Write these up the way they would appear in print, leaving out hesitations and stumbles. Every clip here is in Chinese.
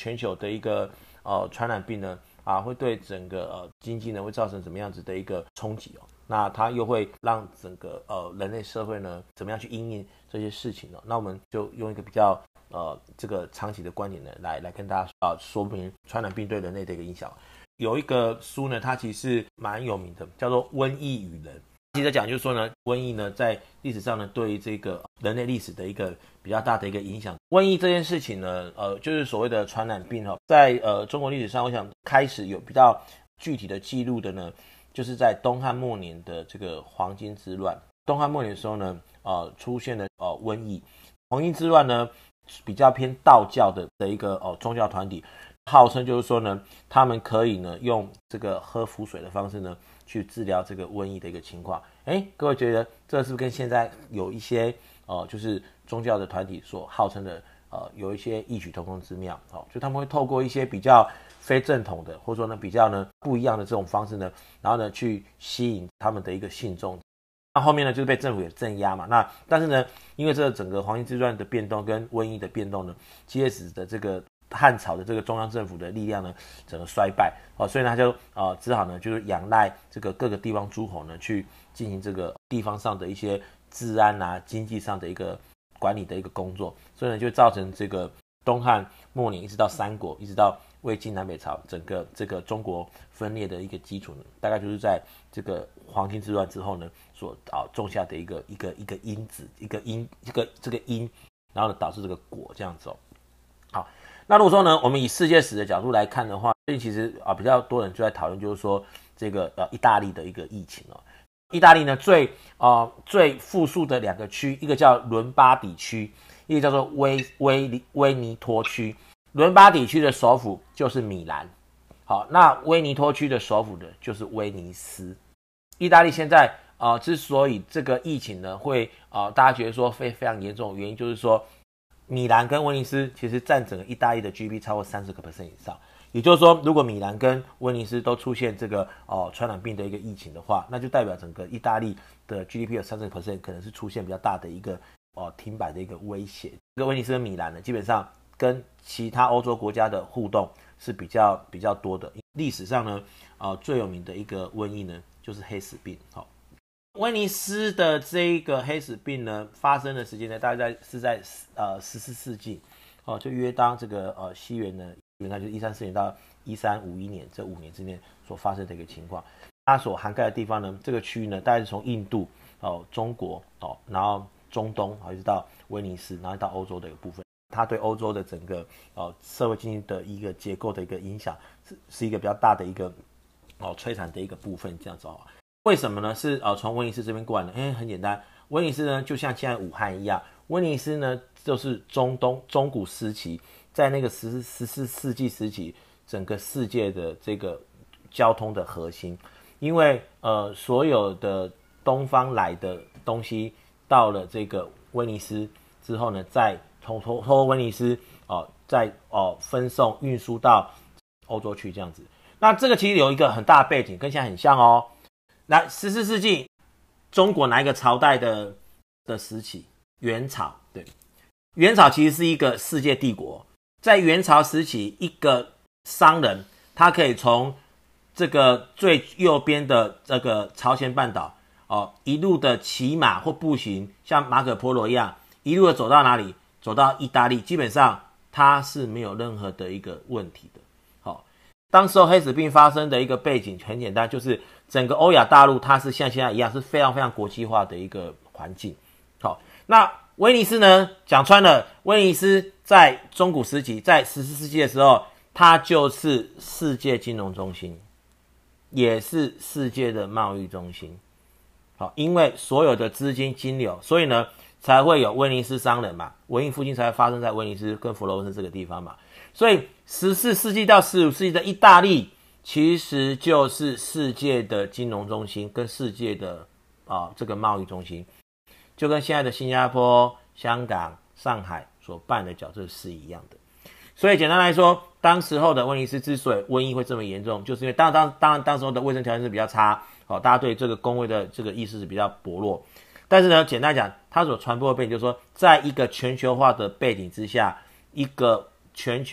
全球的一个传染病呢会对整个经济呢会造成怎么样子的一个冲击哦。那它又会让整个人类社会呢怎么样去因应这些事情呢？那我们就用一个比较这个长期的观点呢来跟大家说明传染病对人类的一个影响。有一个书呢，它其实是蛮有名的，叫做《瘟疫与人》。其实讲就是说呢，瘟疫呢在历史上呢对于这个人类历史的一个比较大的一个影响。瘟疫这件事情呢，就是所谓的传染病在中国历史上，我想开始有比较具体的记录的呢。就是在东汉末年的这个黄巾之乱，东汉末年的时候呢，出现了瘟疫。黄巾之乱呢，比较偏道教的一个宗教团体，号称就是说呢，他们可以呢用这个喝符水的方式呢去治疗这个瘟疫的一个情况。各位觉得这是不是跟现在有一些就是宗教的团体所号称的有一些异曲同工之妙？就他们会透过一些比较非正统的，或者说呢比较呢不一样的这种方式呢，然后呢去吸引他们的一个信众。那后面呢就是被政府也镇压嘛。那但是呢，因为这个整个黄巾之乱的变动跟瘟疫的变动呢，其实使得这个汉朝的这个中央政府的力量呢整个衰败所以呢他就只好呢就是仰赖这个各个地方诸侯呢去进行这个地方上的一些治安啊、经济上的一个管理的一个工作，所以呢就造成这个东汉末年一直到三国，一直到魏晋南北朝，整个这个中国分裂的一个基础呢，大概就是在这个黄巾之乱之后呢，所种下的一个因子，这个因，然后呢导致这个果这样子好，那如果说呢，我们以世界史的角度来看的话，最近其实比较多人就在讨论，就是说这个意大利的一个疫情意大利呢最富庶的两个区，一个叫伦巴底区，一个叫做威尼托区。伦巴底区的首府就是米兰，好，那威尼托区的首府的就是威尼斯。意大利现在之所以这个疫情呢会大家觉得说非常严重的原因，就是说米兰跟威尼斯其实占整个意大利的 GDP 超过30% 以上。也就是说，如果米兰跟威尼斯都出现这个传染病的一个疫情的话，那就代表整个意大利的 GDP 有30% 可能是出现比较大的一个停摆的一个威胁。这个威尼斯跟米兰呢，基本上跟其他欧洲国家的互动是比较多的。历史上呢，最有名的一个瘟疫呢，就是黑死病。威尼斯的这个黑死病呢，发生的时间呢，大概是在14世纪，就约当这个西元呢，基本上就是1340年到1351年这5年之内所发生的一个情况。它所涵盖的地方呢，这个区域呢，大概是从印度中国然后中东一直到威尼斯，然后到欧洲的一个部分。它对欧洲的整个社会经济的一个结构的一个影响是一个比较大的一个摧残的一个部分这样子为什么呢？是从威尼斯这边过来呢？很简单，威尼斯呢就像现在武汉一样，威尼斯呢就是中古时期，在那个14世纪时期，整个世界的这个交通的核心，因为所有的东方来的东西到了这个威尼斯之后呢，再通过威尼斯再分送运输到欧洲去这样子。那这个其实有一个很大的背景，跟现在很像那14世纪中国哪一个朝代的时期？元朝。对，元朝其实是一个世界帝国。在元朝时期，一个商人他可以从这个最右边的这个朝鲜半岛一路的骑马或步行，像马可波罗一样，一路的走到哪里？走到意大利，基本上它是没有任何的一个问题的。当时候黑死病发生的一个背景很简单，就是整个欧亚大陆它是像现在一样是非常非常国际化的一个环境。那威尼斯呢，讲穿了，威尼斯在中古时期，在14世纪的时候，它就是世界金融中心，也是世界的贸易中心。因为所有的资金金流，所以呢才会有威尼斯商人嘛，文艺复兴才会发生在威尼斯跟佛罗伦斯这个地方嘛。所以14世纪到15世纪的意大利其实就是世界的金融中心跟世界的这个贸易中心，就跟现在的新加坡、香港、上海所扮的角色是一样的。所以简单来说，当时候的威尼斯之所以瘟疫会这么严重，就是因为当然当时候的卫生条件是比较差，大家对这个公卫的这个意识是比较薄弱。但是呢，简单讲，它所传播的背景就是说，在一个全球化的背景之下，一个全球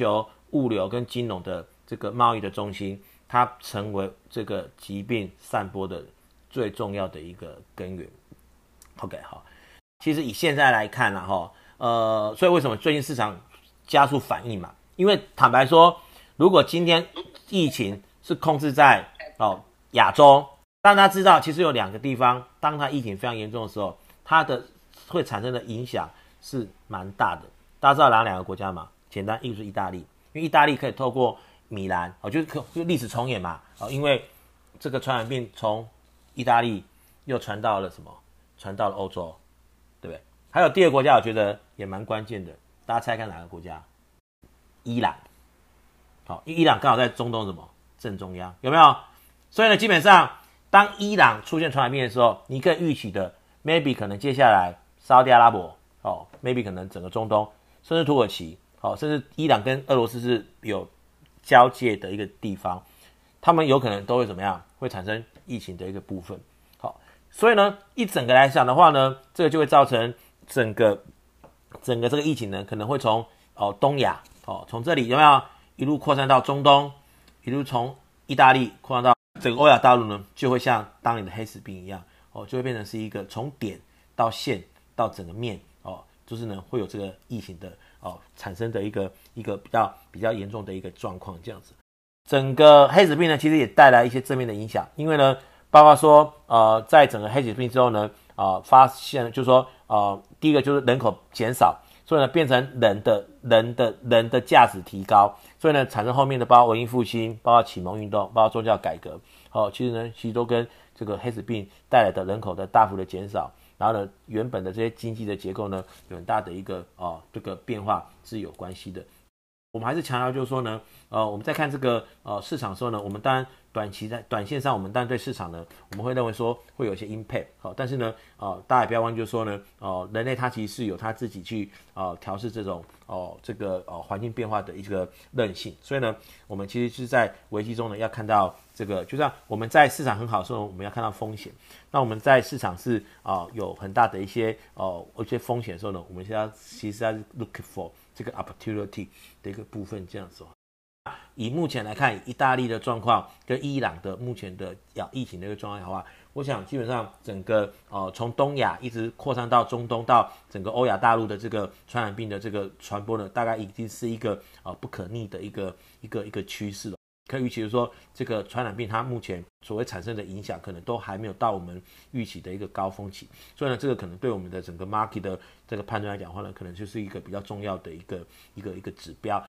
物流跟金融的这个贸易的中心，它成为这个疾病散播的最重要的一个根源。OK， 好，其实以现在来看啦，所以为什么最近市场加速反应嘛？因为坦白说，如果今天疫情是控制在亚洲，让大家知道其实有2个地方，当它疫情非常严重的时候，它的会产生的影响是蛮大的。大家知道哪2个国家吗？简单，一个是意大利，因为意大利可以透过米兰就历史重演嘛，因为这个传染病从意大利又传到了什么？传到了欧洲，对不对？还有第2个国家，我觉得也蛮关键的，大家猜看哪个国家？伊朗。好，伊朗刚好在中东什么正中央，有没有？所以呢，基本上当伊朗出现传染病的时候，你可以预期的 ，maybe 可能接下来沙特阿拉伯，maybe 可能整个中东，甚至土耳其，甚至伊朗跟俄罗斯是有交界的一个地方，他们有可能都会怎么样？会产生疫情的一个部分。好，所以呢，一整个来讲的话呢，这个就会造成整个这个疫情呢，可能会从东亚从这里有没有一路扩散到中东，一路从意大利扩散到整个欧亚大陆呢，就会像当年的黑死病一样就会变成是一个从点到线到整个面就是呢会有这个疫情的产生的一个比较严重的一个状况这样子。整个黑死病呢，其实也带来一些正面的影响，因为呢，包括说在整个黑死病之后呢，发现就是说第一个就是人口减少，所以呢变成人的价值提高，所以呢产生后面的包括文艺复兴，包括启蒙运动，包括宗教改革，其实都跟这个黑死病带来的人口的大幅的减少，然后呢原本的这些经济的结构呢有很大的一个这个变化是有关系的。我们还是强调就是说呢，我们在看这个市场的时候呢，我们当然短线上，我们当然对市场呢，我们会认为说会有一些 impact，但是呢，大家也不要忘记就是说呢，人类他其实是有他自己去调试这种这个环境变化的一个韧性，所以呢，我们其实是在危机中呢要看到这个，就像我们在市场很好的时候，我们要看到风险；那我们在市场是有很大的一些风险的时候呢，我们其实要 look for 这个 opportunity 的一个部分这样子。以目前来看，以意大利的状况跟伊朗的目前的疫情的一个状况的话，我想基本上整个从东亚一直扩散到中东到整个欧亚大陆的这个传染病的这个传播呢，大概已经是一个不可逆的一个趋势了。可以预期的说，这个传染病它目前所谓产生的影响，可能都还没有到我们预期的一个高峰期，所以呢，这个可能对我们的整个 market 的这个判断来讲的话呢，可能就是一个比较重要的一个指标。